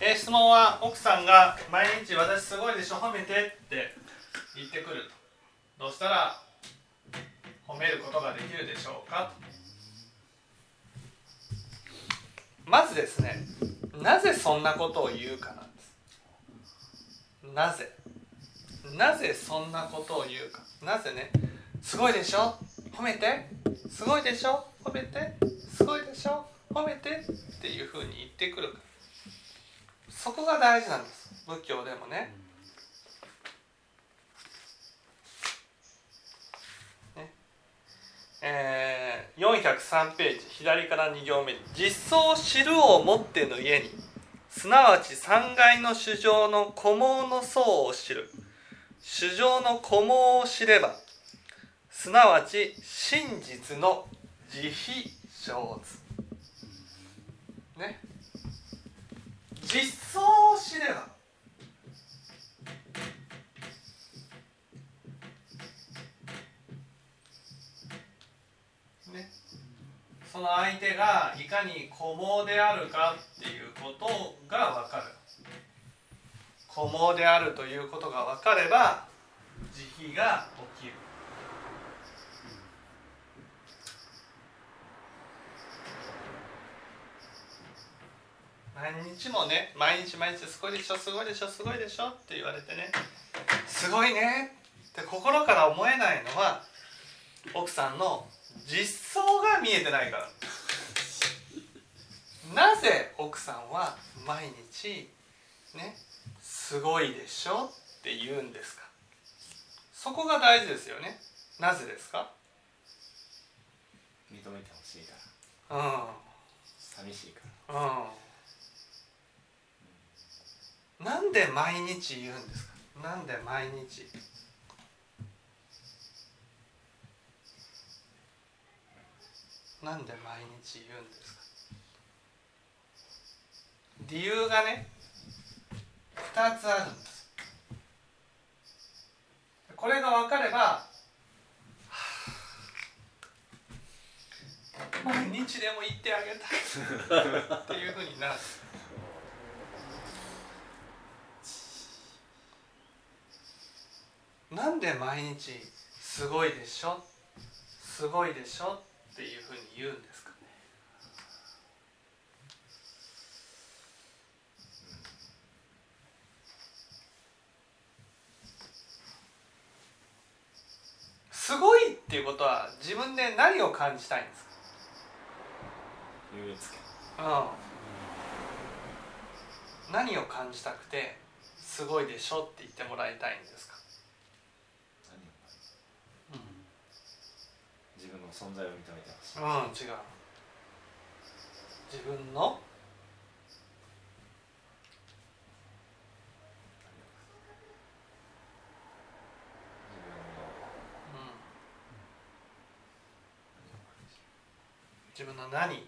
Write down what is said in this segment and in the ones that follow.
質問は奥さんが毎日私すごいでしょ褒めてって言ってくるとどうしたら褒めることができるでしょうか。まずですね、なぜそんなことを言うかなんです。なぜそんなことを言うか。なぜね、すごいでしょ褒めて、すごいでしょ褒めて、すごいでしょ褒めてっていうふうに言ってくるから。そこが大事なんです。仏教でもね。403ページ左から2行目に実相を知るをもっての家にすなわち三階の衆生の古毛の相を知る。衆生の古毛を知ればすなわち真実の慈悲生ずね。実相を知ればね、その相手がいかに古毛であるかっていうことが分かる。古毛であるということが分かれば慈悲が起きる。毎日もね、毎日すごいでしょすごいでしょすごいでしょって言われてね、すごいねって心から思えないのは奥さんの実相が見えてないから。なぜ奥さんは毎日ねすごいでしょって言うんですか。そこが大事ですよね。なぜですか。 認めてほしいから、寂しいから、 なんで毎日言うんですか。なんで毎日。なんで毎日言うんですか。理由がね2つあるんです。これが分かれば、毎日でも言ってあげたいっていうふうになる。なんで毎日すごいでしょすごいでしょっていうふうに言うんですか。すごいっていうことは自分で何を感じたいんですか。 優越感、 何を感じたくてすごいでしょって言ってもらいたいんですか。 自分の存在を認めてほしい。 違う。自分の自分の何、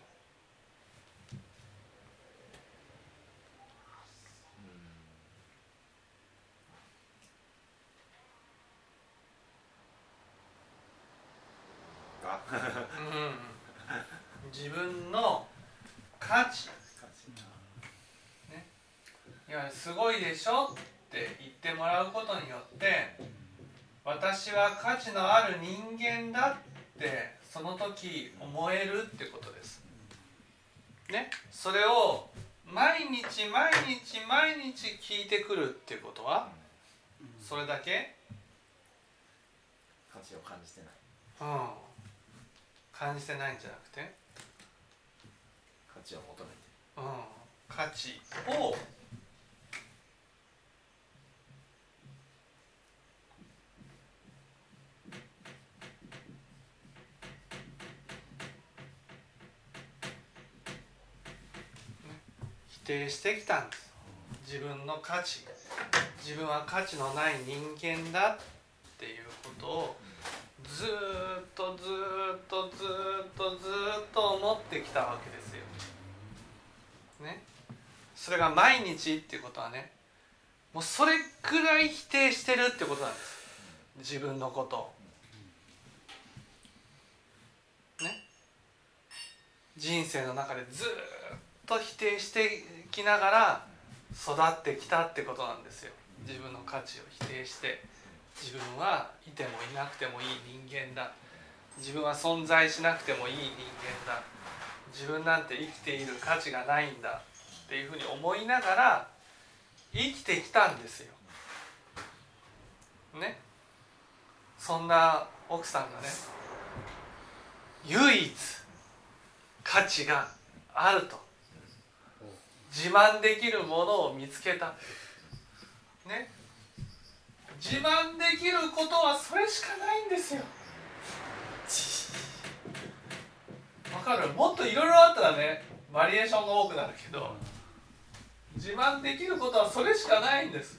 自分の価値、ね、いやすごいでしょって言ってもらうことによって私は価値のある人間だってその時思えるってことです、ね、それを毎日聞いてくるっていうことはそれだけ価値を感じてない、 感じてないんじゃなくて価値を求めて、 価値を否定してきたんです。自分の価値、自分は価値のない人間だっていうことをずっと思ってきたわけですよ、ね、それが毎日っていうことはね、もうそれくらい否定してるってことなんです。自分のことをね、人生の中でずっと否定してきながら育ってきたってことなんですよ。自分の価値を否定して自分はいてもいなくてもいい人間だ、自分は存在しなくてもいい人間だ、自分なんて生きている価値がないんだっていうふうに思いながら生きてきたんですよね。そんな奥さんがね、唯一価値があると自慢できるものを見つけたね。自慢できることはそれしかないんですよ。わかる？もっといろいろあったらね、バリエーションが多くなるけど、自慢できることはそれしかないんです。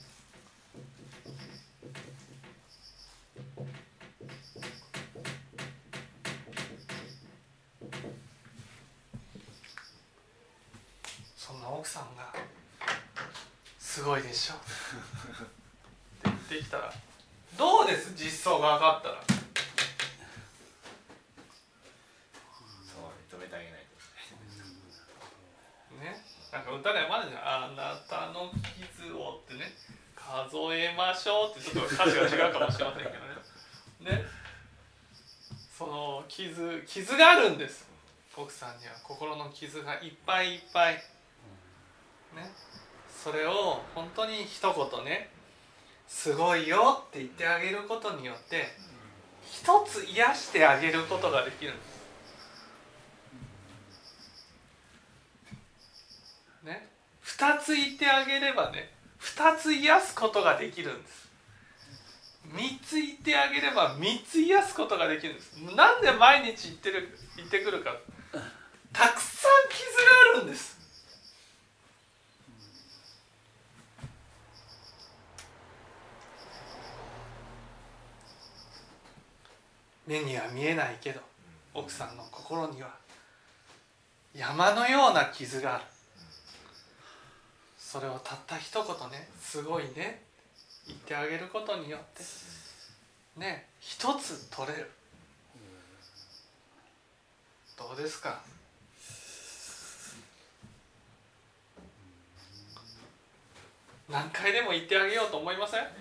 そんな奥さんがすごいでしょって言ってきたらどうです？実相が分かったら。 そう認めてあげないとね、なんか歌でもあるじゃん。あなたの傷をってね、数えましょうってちょっと歌詞が違うかもしれませんけどね。ね、その傷があるんです。奥さんには心の傷がいっぱいいっぱい。ね、それを本当に一言ね、すごいよって言ってあげることによって一つ癒してあげることができるんです。ね、二つ言ってあげればね、二つ癒すことができるんです。三つ言ってあげれば三つ癒すことができるんです。なんで毎日言ってくるか、たくさん傷があるんです。目には見えないけど奥さんの心には山のような傷がある。それをたった一言ね、すごいね言ってあげることによってね、一つ取れる。どうですか？何回でも言ってあげようと思いません？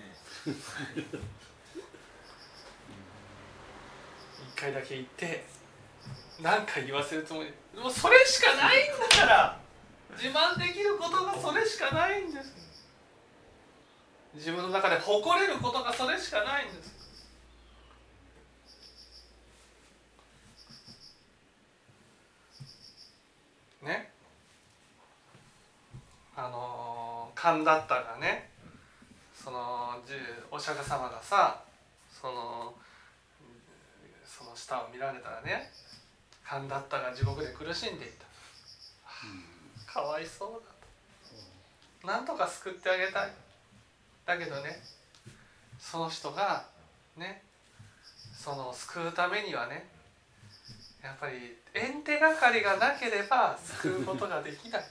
一回だけ言って何回言わせるつもりで、もうそれしかないんだから、自慢できることがそれしかないんです。自分の中で誇れることがそれしかないんです。ね、神田ったがね、そのお釈迦様がさ、その下を見られたらね、神田ったが地獄で苦しんでいた。かわいそうだと。なんとか救ってあげたい。だけどね、その人がね、その救うためにはね、やっぱりエンテがかりがなければ救うことができない。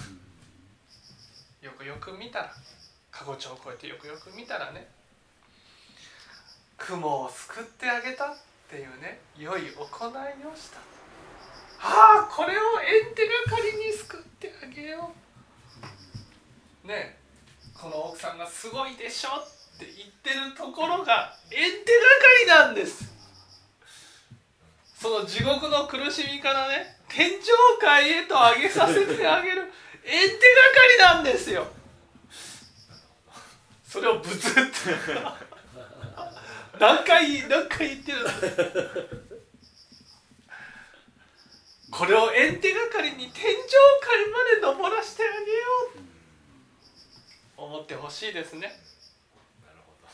よくよく見たら、過去帳を超えてよくよく見たらね、雲を救ってあげたっていうね、良い行いをした。ああ、これをエンテがかりに救ってあげよう。ね、この奥さんがすごいでしょって言ってるところがエンテがかりなんです。その地獄の苦しみからね、天上界へと上げさせてあげるエンテがかりなんですよ。それをブツッて何回言ってるんだ。これをエンテがかりに天上界まで登らせてあげよう思ってほしいですね。 なるほど。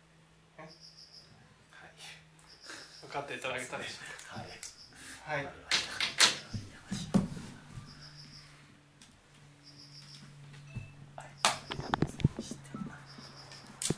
分かっていただけたでしょうか。 はい。 はい。